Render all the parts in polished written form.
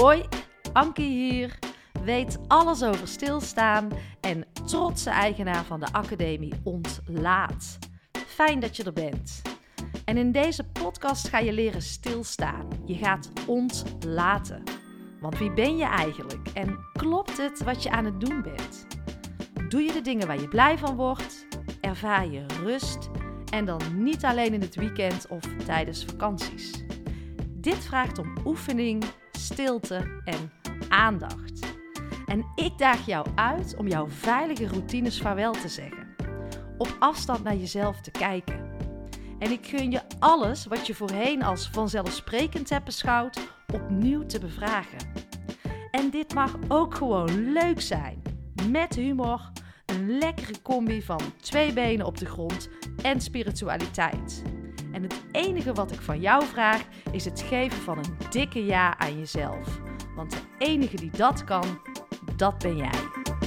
Hoi, Ankie hier, weet alles over stilstaan en trotse eigenaar van de Academie Ontlaat. Fijn dat je er bent. En in deze podcast ga je leren stilstaan. Je gaat ontlaten. Want wie ben je eigenlijk en klopt het wat je aan het doen bent? Doe je de dingen waar je blij van wordt? Ervaar je rust? En dan niet alleen in het weekend of tijdens vakanties. Dit vraagt om oefening, stilte en aandacht. En ik daag jou uit om jouw veilige routines vaarwel te zeggen. Op afstand naar jezelf te kijken. En ik gun je alles wat je voorheen als vanzelfsprekend hebt beschouwd, opnieuw te bevragen. En dit mag ook gewoon leuk zijn. Met humor, een lekkere combi van 2 benen op de grond en spiritualiteit. En het enige wat ik van jou vraag is het geven van een dikke ja aan jezelf. Want de enige die dat kan, dat ben jij.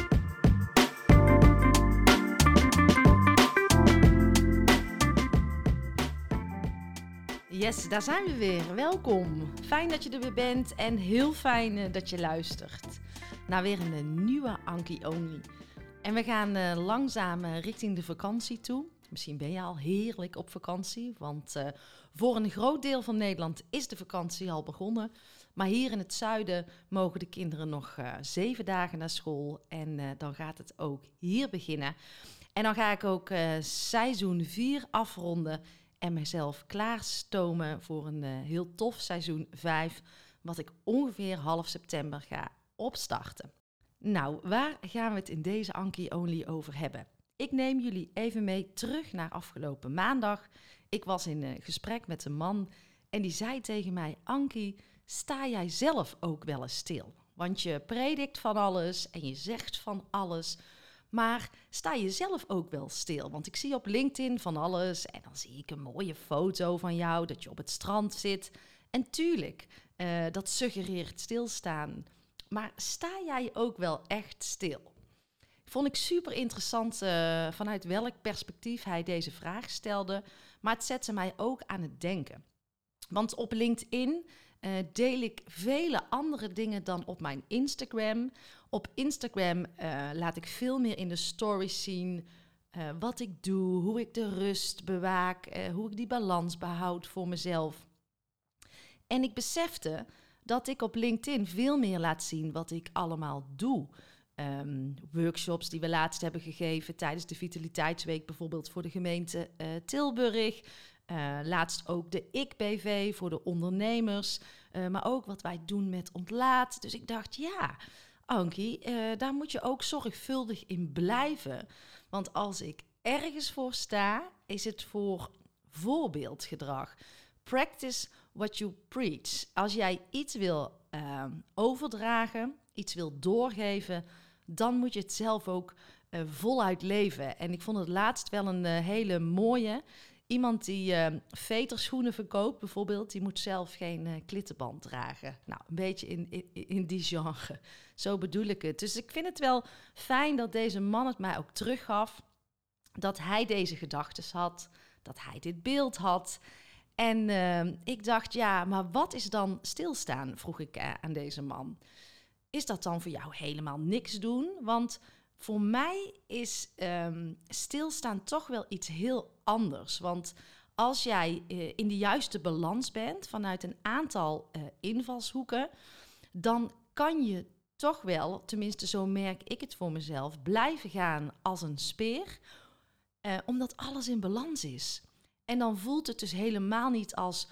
Yes, daar zijn we weer. Welkom. Fijn dat je er weer bent en heel fijn dat je luistert naar weer een nieuwe Ankie Only. En we gaan langzaam richting de vakantie toe. Misschien ben je al heerlijk op vakantie, want voor een groot deel van Nederland is de vakantie al begonnen. Maar hier in het zuiden mogen de kinderen nog 7 dagen naar school en dan gaat het ook hier beginnen. En dan ga ik ook seizoen 4 afronden en mezelf klaarstomen voor een heel tof seizoen 5, wat ik ongeveer half september ga opstarten. Nou, waar gaan we het in deze Ankie Only over hebben? Ik neem jullie even mee terug naar afgelopen maandag. Ik was in gesprek met een man en die zei tegen mij: Ankie, sta jij zelf ook wel eens stil? Want je predikt van alles en je zegt van alles, maar sta je zelf ook wel stil? Want ik zie op LinkedIn van alles en dan zie ik een mooie foto van jou dat je op het strand zit. En tuurlijk, dat suggereert stilstaan. Maar sta jij ook wel echt stil? Vond ik super interessant vanuit welk perspectief hij deze vraag stelde. Maar het zette mij ook aan het denken. Want op LinkedIn deel ik vele andere dingen dan op mijn Instagram. Op Instagram laat ik veel meer in de stories zien wat ik doe, hoe ik de rust bewaak, hoe ik die balans behoud voor mezelf. En ik besefte dat ik op LinkedIn veel meer laat zien wat ik allemaal doe. Workshops die we laatst hebben gegeven tijdens de Vitaliteitsweek, bijvoorbeeld voor de gemeente Tilburg. Laatst ook de Ik-BV voor de ondernemers, maar ook wat wij doen met Ontlaat. Dus ik dacht, ja, Ankie, daar moet je ook zorgvuldig in blijven. Want als ik ergens voor sta, is het voor voorbeeldgedrag. Practice what you preach. Als jij iets wil overdragen, iets wil doorgeven, dan moet je het zelf ook voluit leven. En ik vond het laatst wel een hele mooie. Iemand die veterschoenen verkoopt bijvoorbeeld, die moet zelf geen klittenband dragen. Nou, een beetje in die genre. Zo bedoel ik het. Dus ik vind het wel fijn dat deze man het mij ook teruggaf. Dat hij deze gedachtes had, dat hij dit beeld had. En ik dacht, ja, maar wat is dan stilstaan, vroeg ik aan deze man. Is dat dan voor jou helemaal niks doen? Want voor mij is stilstaan toch wel iets heel anders. Want als jij in de juiste balans bent vanuit een aantal invalshoeken, dan kan je toch wel, tenminste zo merk ik het voor mezelf, blijven gaan als een speer, omdat alles in balans is. En dan voelt het dus helemaal niet als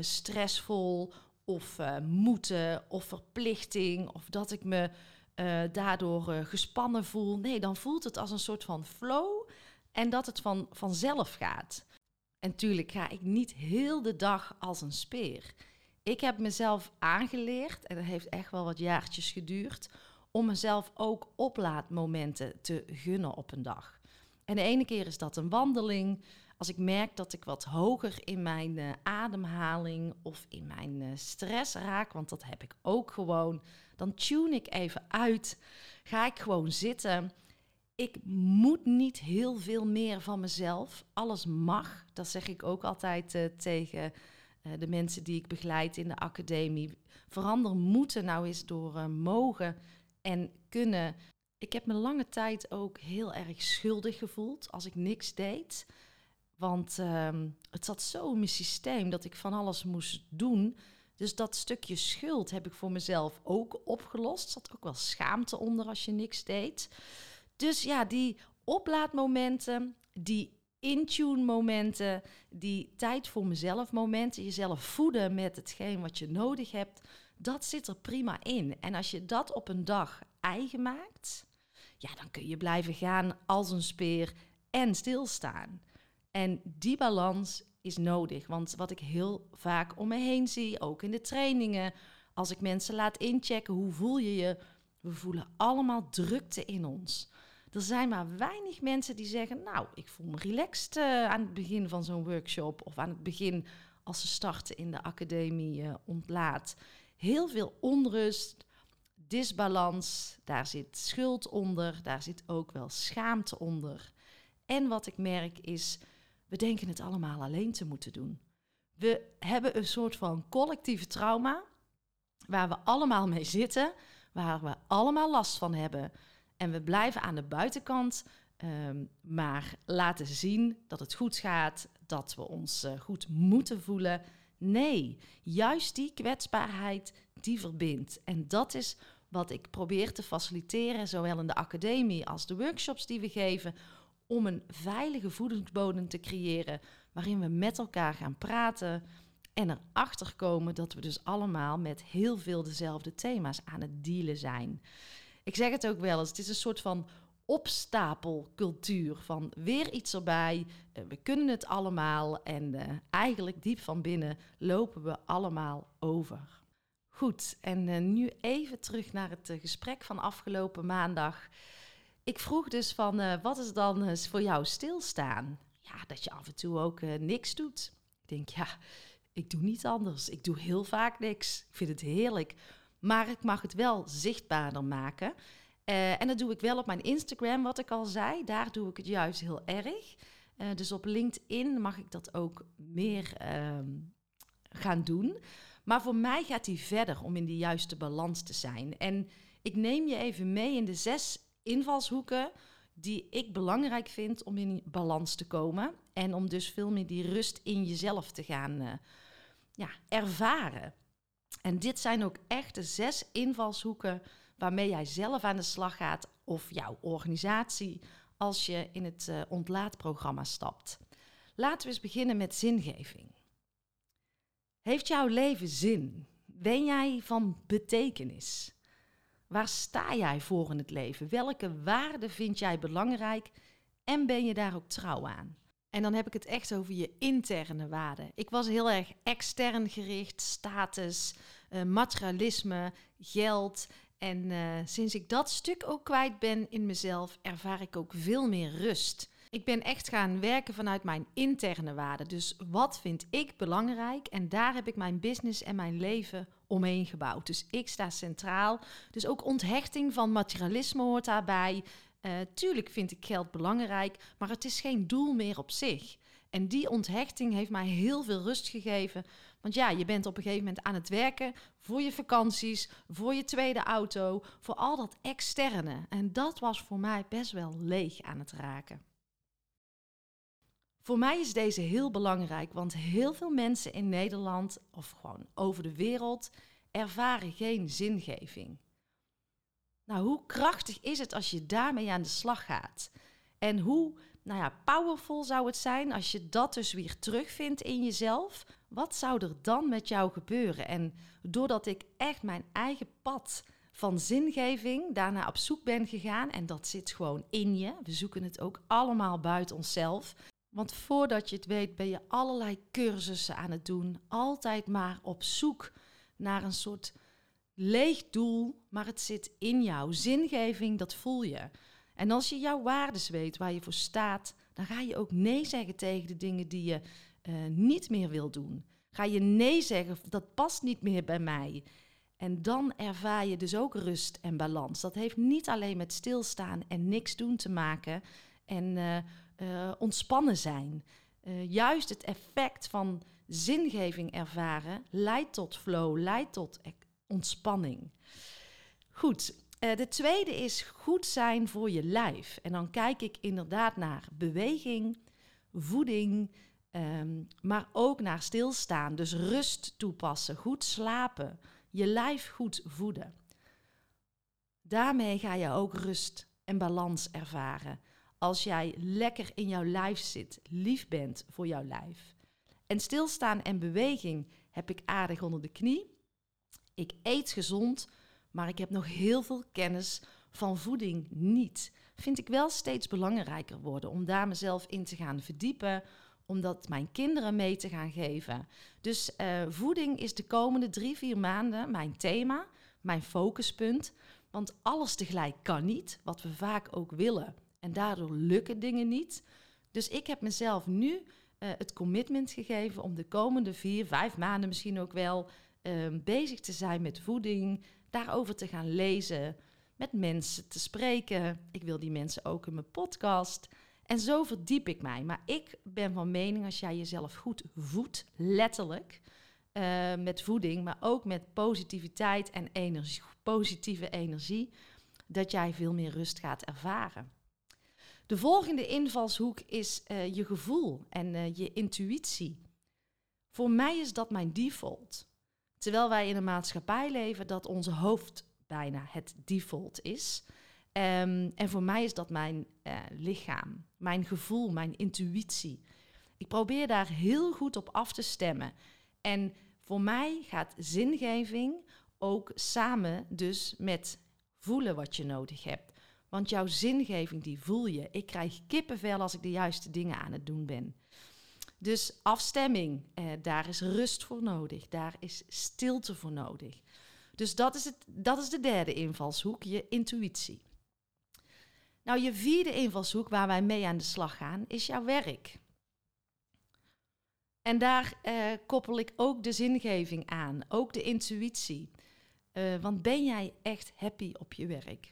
stressvol of moeten of verplichting of dat ik me daardoor gespannen voel. Nee, dan voelt het als een soort van flow en dat het vanzelf gaat. En tuurlijk ga ik niet heel de dag als een speer. Ik heb mezelf aangeleerd, en dat heeft echt wel wat jaartjes geduurd, om mezelf ook oplaadmomenten te gunnen op een dag. En de ene keer is dat een wandeling. Als ik merk dat ik wat hoger in mijn ademhaling of in mijn stress raak, want dat heb ik ook gewoon, dan tune ik even uit. Ga ik gewoon zitten. Ik moet niet heel veel meer van mezelf. Alles mag. Dat zeg ik ook altijd tegen de mensen die ik begeleid in de academie. verander moeten nou eens door mogen en kunnen. Ik heb me lange tijd ook heel erg schuldig gevoeld als ik niks deed. Want het zat zo in mijn systeem dat ik van alles moest doen. Dus dat stukje schuld heb ik voor mezelf ook opgelost. Er zat ook wel schaamte onder als je niks deed. Dus ja, die oplaadmomenten, die in-tune momenten, die tijd voor mezelf momenten, jezelf voeden met hetgeen wat je nodig hebt, dat zit er prima in. En als je dat op een dag eigen maakt, ja, dan kun je blijven gaan als een speer en stilstaan. En die balans is nodig, want wat ik heel vaak om me heen zie, ook in de trainingen, als ik mensen laat inchecken, hoe voel je je? We voelen allemaal drukte in ons. Er zijn maar weinig mensen die zeggen, nou, ik voel me relaxed aan het begin van zo'n workshop of aan het begin als ze starten in de academie ontlaat. Heel veel onrust, disbalans, daar zit schuld onder, daar zit ook wel schaamte onder. En wat ik merk is, we denken het allemaal alleen te moeten doen. We hebben een soort van collectieve trauma waar we allemaal mee zitten, waar we allemaal last van hebben. En we blijven aan de buitenkant maar laten zien dat het goed gaat, dat we ons goed moeten voelen. Nee, juist die kwetsbaarheid die verbindt. En dat is wat ik probeer te faciliteren, zowel in de academie als de workshops die we geven, om een veilige voedingsbodem te creëren waarin we met elkaar gaan praten en erachter komen dat we dus allemaal met heel veel dezelfde thema's aan het dealen zijn. Ik zeg het ook wel eens, het is een soort van opstapelcultuur van weer iets erbij. We kunnen het allemaal en eigenlijk diep van binnen lopen we allemaal over. Goed, en nu even terug naar het gesprek van afgelopen maandag. Ik vroeg dus van, wat is dan voor jou stilstaan? Ja, dat je af en toe ook niks doet. Ik denk, ja, ik doe niet anders. Ik doe heel vaak niks. Ik vind het heerlijk. Maar ik mag het wel zichtbaarder maken. En dat doe ik wel op mijn Instagram, wat ik al zei. Daar doe ik het juist heel erg. Dus op LinkedIn mag ik dat ook meer gaan doen. Maar voor mij gaat die verder om in die juiste balans te zijn. En ik neem je even mee in de 6 invalshoeken die ik belangrijk vind om in balans te komen. En om dus veel meer die rust in jezelf te gaan ervaren. En dit zijn ook echt de 6 invalshoeken waarmee jij zelf aan de slag gaat of jouw organisatie als je in het ontlaatprogramma stapt. Laten we eens beginnen met zingeving. Heeft jouw leven zin? Ben jij van betekenis? Waar sta jij voor in het leven? Welke waarden vind jij belangrijk en ben je daar ook trouw aan? En dan heb ik het echt over je interne waarden. Ik was heel erg extern gericht, status, materialisme, geld. En sinds ik dat stuk ook kwijt ben in mezelf, ervaar ik ook veel meer rust. Ik ben echt gaan werken vanuit mijn interne waarden. Dus wat vind ik belangrijk? En daar heb ik mijn business en mijn leven omheen gebouwd. Dus ik sta centraal. Dus ook onthechting van materialisme hoort daarbij. Tuurlijk vind ik geld belangrijk, maar het is geen doel meer op zich. En die onthechting heeft mij heel veel rust gegeven. Want ja, je bent op een gegeven moment aan het werken voor je vakanties, voor je tweede auto, voor al dat externe. En dat was voor mij best wel leeg aan het raken. Voor mij is deze heel belangrijk, want heel veel mensen in Nederland of gewoon over de wereld ervaren geen zingeving. Nou, hoe krachtig is het als je daarmee aan de slag gaat? En hoe powerful zou het zijn als je dat dus weer terugvindt in jezelf? Wat zou er dan met jou gebeuren? En doordat ik echt mijn eigen pad van zingeving daarna op zoek ben gegaan, en dat zit gewoon in je. We zoeken het ook allemaal buiten onszelf. Want voordat je het weet ben je allerlei cursussen aan het doen. Altijd maar op zoek naar een soort leeg doel, maar het zit in jou. Zingeving, dat voel je. En als je jouw waardes weet, waar je voor staat, dan ga je ook nee zeggen tegen de dingen die je niet meer wil doen. Ga je nee zeggen, dat past niet meer bij mij. En dan ervaar je dus ook rust en balans. Dat heeft niet alleen met stilstaan en niks doen te maken en ontspannen zijn. Juist het effect van zingeving ervaren leidt tot flow, leidt tot ontspanning. Goed, de tweede is goed zijn voor je lijf. En dan kijk ik inderdaad naar beweging, voeding, maar ook naar stilstaan. Dus rust toepassen, goed slapen, je lijf goed voeden. Daarmee ga je ook rust en balans ervaren. Als jij lekker in jouw lijf zit, lief bent voor jouw lijf. En stilstaan en beweging heb ik aardig onder de knie. Ik eet gezond, maar ik heb nog heel veel kennis van voeding niet. Vind ik wel steeds belangrijker worden om daar mezelf in te gaan verdiepen, om dat mijn kinderen mee te gaan geven. Dus voeding is de komende 3-4 maanden mijn thema, mijn focuspunt. Want alles tegelijk kan niet, wat we vaak ook willen. En daardoor lukken dingen niet. Dus ik heb mezelf nu het commitment gegeven om de komende 4-5 maanden misschien ook wel bezig te zijn met voeding, daarover te gaan lezen, met mensen te spreken. Ik wil die mensen ook in mijn podcast. En zo verdiep ik mij. Maar ik ben van mening, als jij jezelf goed voedt, letterlijk, met voeding, maar ook met positiviteit en energie, positieve energie, dat jij veel meer rust gaat ervaren. De volgende invalshoek is je gevoel en je intuïtie. Voor mij is dat mijn default. Terwijl wij in een maatschappij leven dat onze hoofd bijna het default is. En voor mij is dat mijn lichaam, mijn gevoel, mijn intuïtie. Ik probeer daar heel goed op af te stemmen. En voor mij gaat zingeving ook samen dus met voelen wat je nodig hebt. Want jouw zingeving, die voel je. Ik krijg kippenvel als ik de juiste dingen aan het doen ben. Dus afstemming, daar is rust voor nodig. Daar is stilte voor nodig. Dus dat is de derde invalshoek, je intuïtie. Nou, je vierde invalshoek waar wij mee aan de slag gaan, is jouw werk. En daar koppel ik ook de zingeving aan, ook de intuïtie. Want ben jij echt happy op je werk?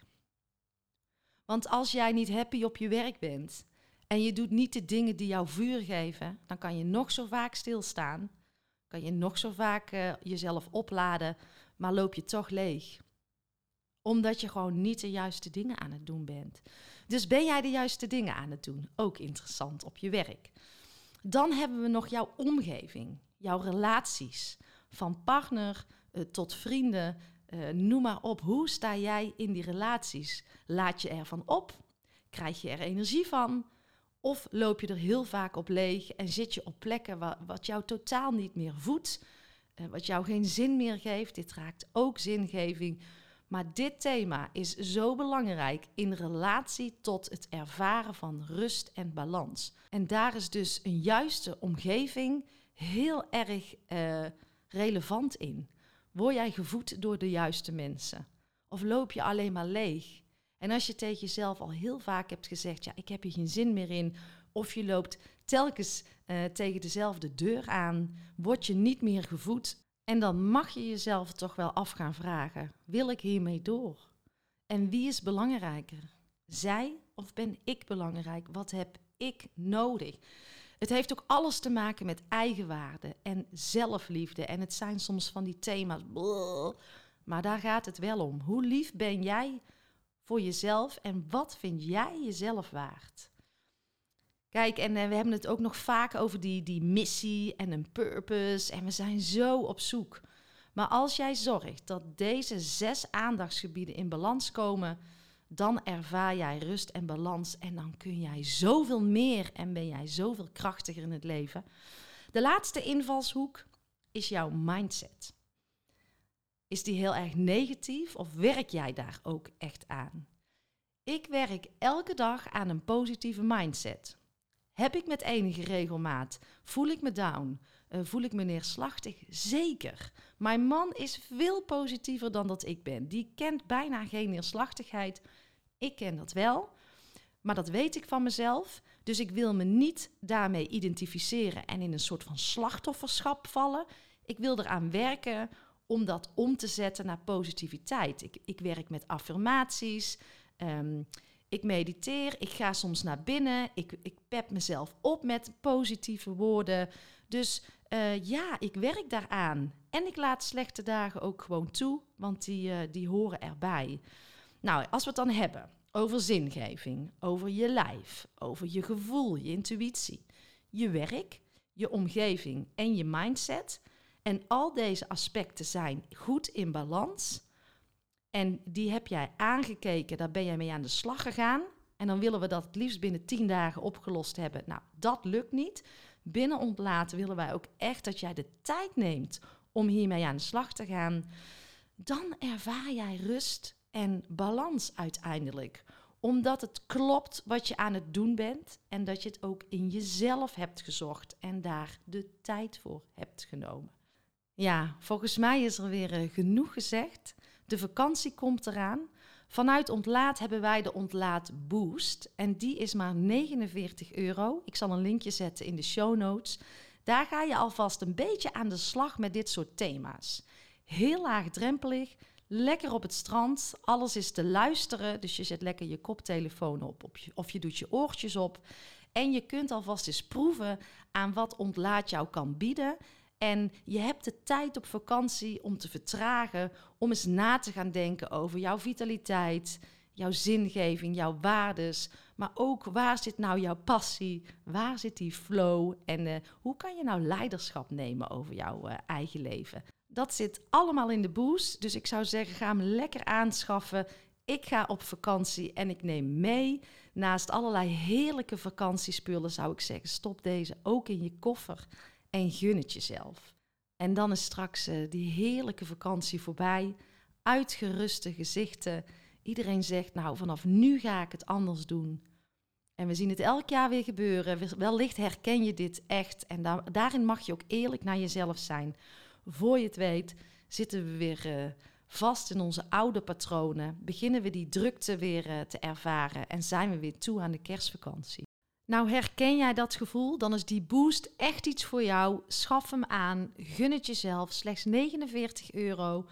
Want als jij niet happy op je werk bent en je doet niet de dingen die jou vuur geven, dan kan je nog zo vaak stilstaan, kan je nog zo vaak jezelf opladen, maar loop je toch leeg. Omdat je gewoon niet de juiste dingen aan het doen bent. Dus ben jij de juiste dingen aan het doen? Ook interessant op je werk. Dan hebben we nog jouw omgeving, jouw relaties. Van partner tot vrienden, noem maar op. Hoe sta jij in die relaties? Laat je ervan op? Krijg je er energie van? Of loop je er heel vaak op leeg en zit je op plekken wat jou totaal niet meer voedt? Wat jou geen zin meer geeft? Dit raakt ook zingeving. Maar dit thema is zo belangrijk in relatie tot het ervaren van rust en balans. En daar is dus een juiste omgeving heel erg relevant in. Word jij gevoed door de juiste mensen? Of loop je alleen maar leeg? En als je tegen jezelf al heel vaak hebt gezegd, ja, ik heb hier geen zin meer in, of je loopt telkens tegen dezelfde deur aan, word je niet meer gevoed. En dan mag je jezelf toch wel af gaan vragen, wil ik hiermee door? En wie is belangrijker? Zij of ben ik belangrijk? Wat heb ik nodig? Het heeft ook alles te maken met eigenwaarde en zelfliefde. En het zijn soms van die thema's, maar daar gaat het wel om. Hoe lief ben jij voor jezelf en wat vind jij jezelf waard? Kijk, en we hebben het ook nog vaak over die missie en een purpose. En we zijn zo op zoek. Maar als jij zorgt dat deze 6 aandachtsgebieden in balans komen, dan ervaar jij rust en balans. En dan kun jij zoveel meer en ben jij zoveel krachtiger in het leven. De laatste invalshoek is jouw mindset. Is die heel erg negatief of werk jij daar ook echt aan? Ik werk elke dag aan een positieve mindset. Heb ik met enige regelmaat? Voel ik me down? Voel ik me neerslachtig? Zeker. Mijn man is veel positiever dan dat ik ben. Die kent bijna geen neerslachtigheid. Ik ken dat wel. Maar dat weet ik van mezelf. Dus ik wil me niet daarmee identificeren en in een soort van slachtofferschap vallen. Ik wil eraan werken om dat om te zetten naar positiviteit. Ik werk met affirmaties. Ik mediteer, ik ga soms naar binnen, ik pep mezelf op met positieve woorden. Dus ik werk daaraan. En ik laat slechte dagen ook gewoon toe, want die horen erbij. Nou, als we het dan hebben over zingeving, over je lijf, over je gevoel, je intuïtie, je werk, je omgeving en je mindset. En al deze aspecten zijn goed in balans. En die heb jij aangekeken, daar ben jij mee aan de slag gegaan. En dan willen we dat het liefst binnen 10 dagen opgelost hebben. Nou, dat lukt niet. Binnen Ontlaat willen wij ook echt dat jij de tijd neemt om hiermee aan de slag te gaan. Dan ervaar jij rust en balans uiteindelijk. Omdat het klopt wat je aan het doen bent en dat je het ook in jezelf hebt gezocht en daar de tijd voor hebt genomen. Ja, volgens mij is er weer genoeg gezegd. De vakantie komt eraan. Vanuit Ontlaat hebben wij de Ontlaat Boost. En die is maar €49. Ik zal een linkje zetten in de show notes. Daar ga je alvast een beetje aan de slag met dit soort thema's. Heel laagdrempelig, lekker op het strand. Alles is te luisteren, dus je zet lekker je koptelefoon op of je doet je oortjes op. En je kunt alvast eens proeven aan wat Ontlaat jou kan bieden. En je hebt de tijd op vakantie om te vertragen, om eens na te gaan denken over jouw vitaliteit, jouw zingeving, jouw waardes. Maar ook waar zit nou jouw passie, waar zit die flow en hoe kan je nou leiderschap nemen over jouw eigen leven. Dat zit allemaal in de boost, dus ik zou zeggen ga hem lekker aanschaffen. Ik ga op vakantie en ik neem mee. Naast allerlei heerlijke vakantiespullen zou ik zeggen, stop deze ook in je koffer. En gun het jezelf. En dan is straks die heerlijke vakantie voorbij. Uitgeruste gezichten. Iedereen zegt, nou vanaf nu ga ik het anders doen. En we zien het elk jaar weer gebeuren. Wellicht herken je dit echt. En daarin mag je ook eerlijk naar jezelf zijn. Voor je het weet zitten we weer vast in onze oude patronen. Beginnen we die drukte weer te ervaren. En zijn we weer toe aan de kerstvakantie. Nou, herken jij dat gevoel? Dan is die boost echt iets voor jou. Schaf hem aan, gun het jezelf. Slechts €49.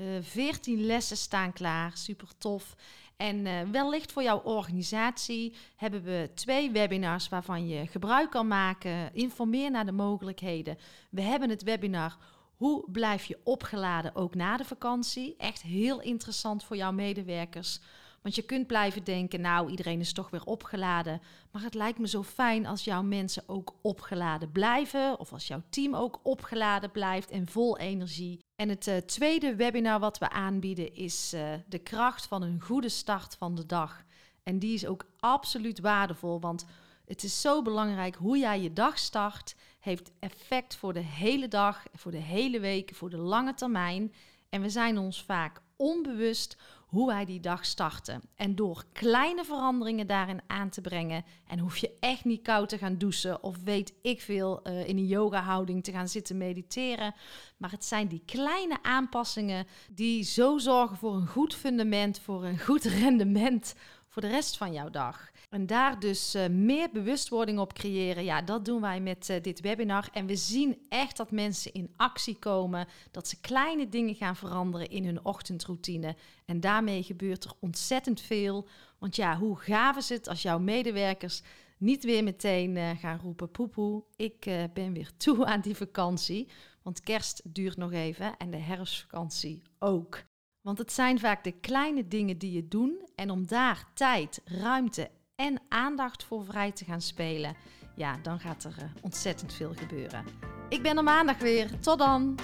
14 lessen staan klaar, super tof. En wellicht voor jouw organisatie hebben we 2 webinars waarvan je gebruik kan maken. Informeer naar de mogelijkheden. We hebben het webinar Hoe blijf je opgeladen ook na de vakantie? Echt heel interessant voor jouw medewerkers. Want je kunt blijven denken, nou, iedereen is toch weer opgeladen. Maar het lijkt me zo fijn als jouw mensen ook opgeladen blijven. Of als jouw team ook opgeladen blijft en vol energie. En het tweede webinar wat we aanbieden is de kracht van een goede start van de dag. En die is ook absoluut waardevol, want het is zo belangrijk hoe jij je dag start. Heeft effect voor de hele dag, voor de hele week, voor de lange termijn. En we zijn ons vaak onbewust hoe wij die dag starten. En door kleine veranderingen daarin aan te brengen, en hoef je echt niet koud te gaan douchen of weet ik veel in een yoga-houding te gaan zitten mediteren. Maar het zijn die kleine aanpassingen die zo zorgen voor een goed fundament, voor een goed rendement voor de rest van jouw dag. En daar dus meer bewustwording op creëren, ja, dat doen wij met dit webinar. En we zien echt dat mensen in actie komen, dat ze kleine dingen gaan veranderen in hun ochtendroutine. En daarmee gebeurt er ontzettend veel. Want ja, hoe gaaf is het als jouw medewerkers niet weer meteen gaan roepen, poepoe, ik ben weer toe aan die vakantie. Want kerst duurt nog even en de herfstvakantie ook. Want het zijn vaak de kleine dingen die je doet. En om daar tijd, ruimte en aandacht voor vrij te gaan spelen, ja, dan gaat er ontzettend veel gebeuren. Ik ben er maandag weer. Tot dan!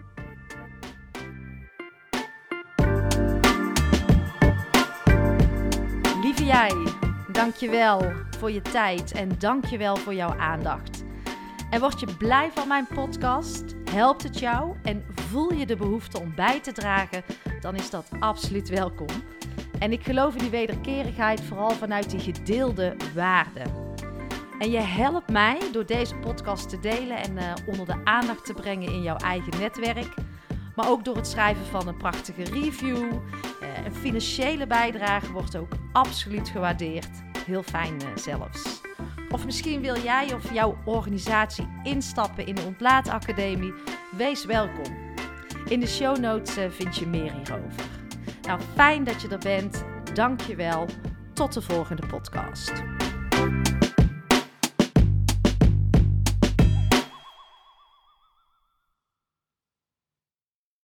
Lieve jij, dankjewel voor je tijd en dankjewel voor jouw aandacht. En word je blij van mijn podcast? Helpt het jou en voel je de behoefte om bij te dragen? Dan is dat absoluut welkom. En ik geloof in die wederkerigheid vooral vanuit die gedeelde waarden. En je helpt mij door deze podcast te delen en onder de aandacht te brengen in jouw eigen netwerk. Maar ook door het schrijven van een prachtige review. Een financiële bijdrage wordt ook absoluut gewaardeerd. Heel fijn zelfs. Of misschien wil jij of jouw organisatie instappen in de Ontlaat Academie. Wees welkom. In de show notes vind je meer hierover. Nou, fijn dat je er bent. Dank je wel. Tot de volgende podcast.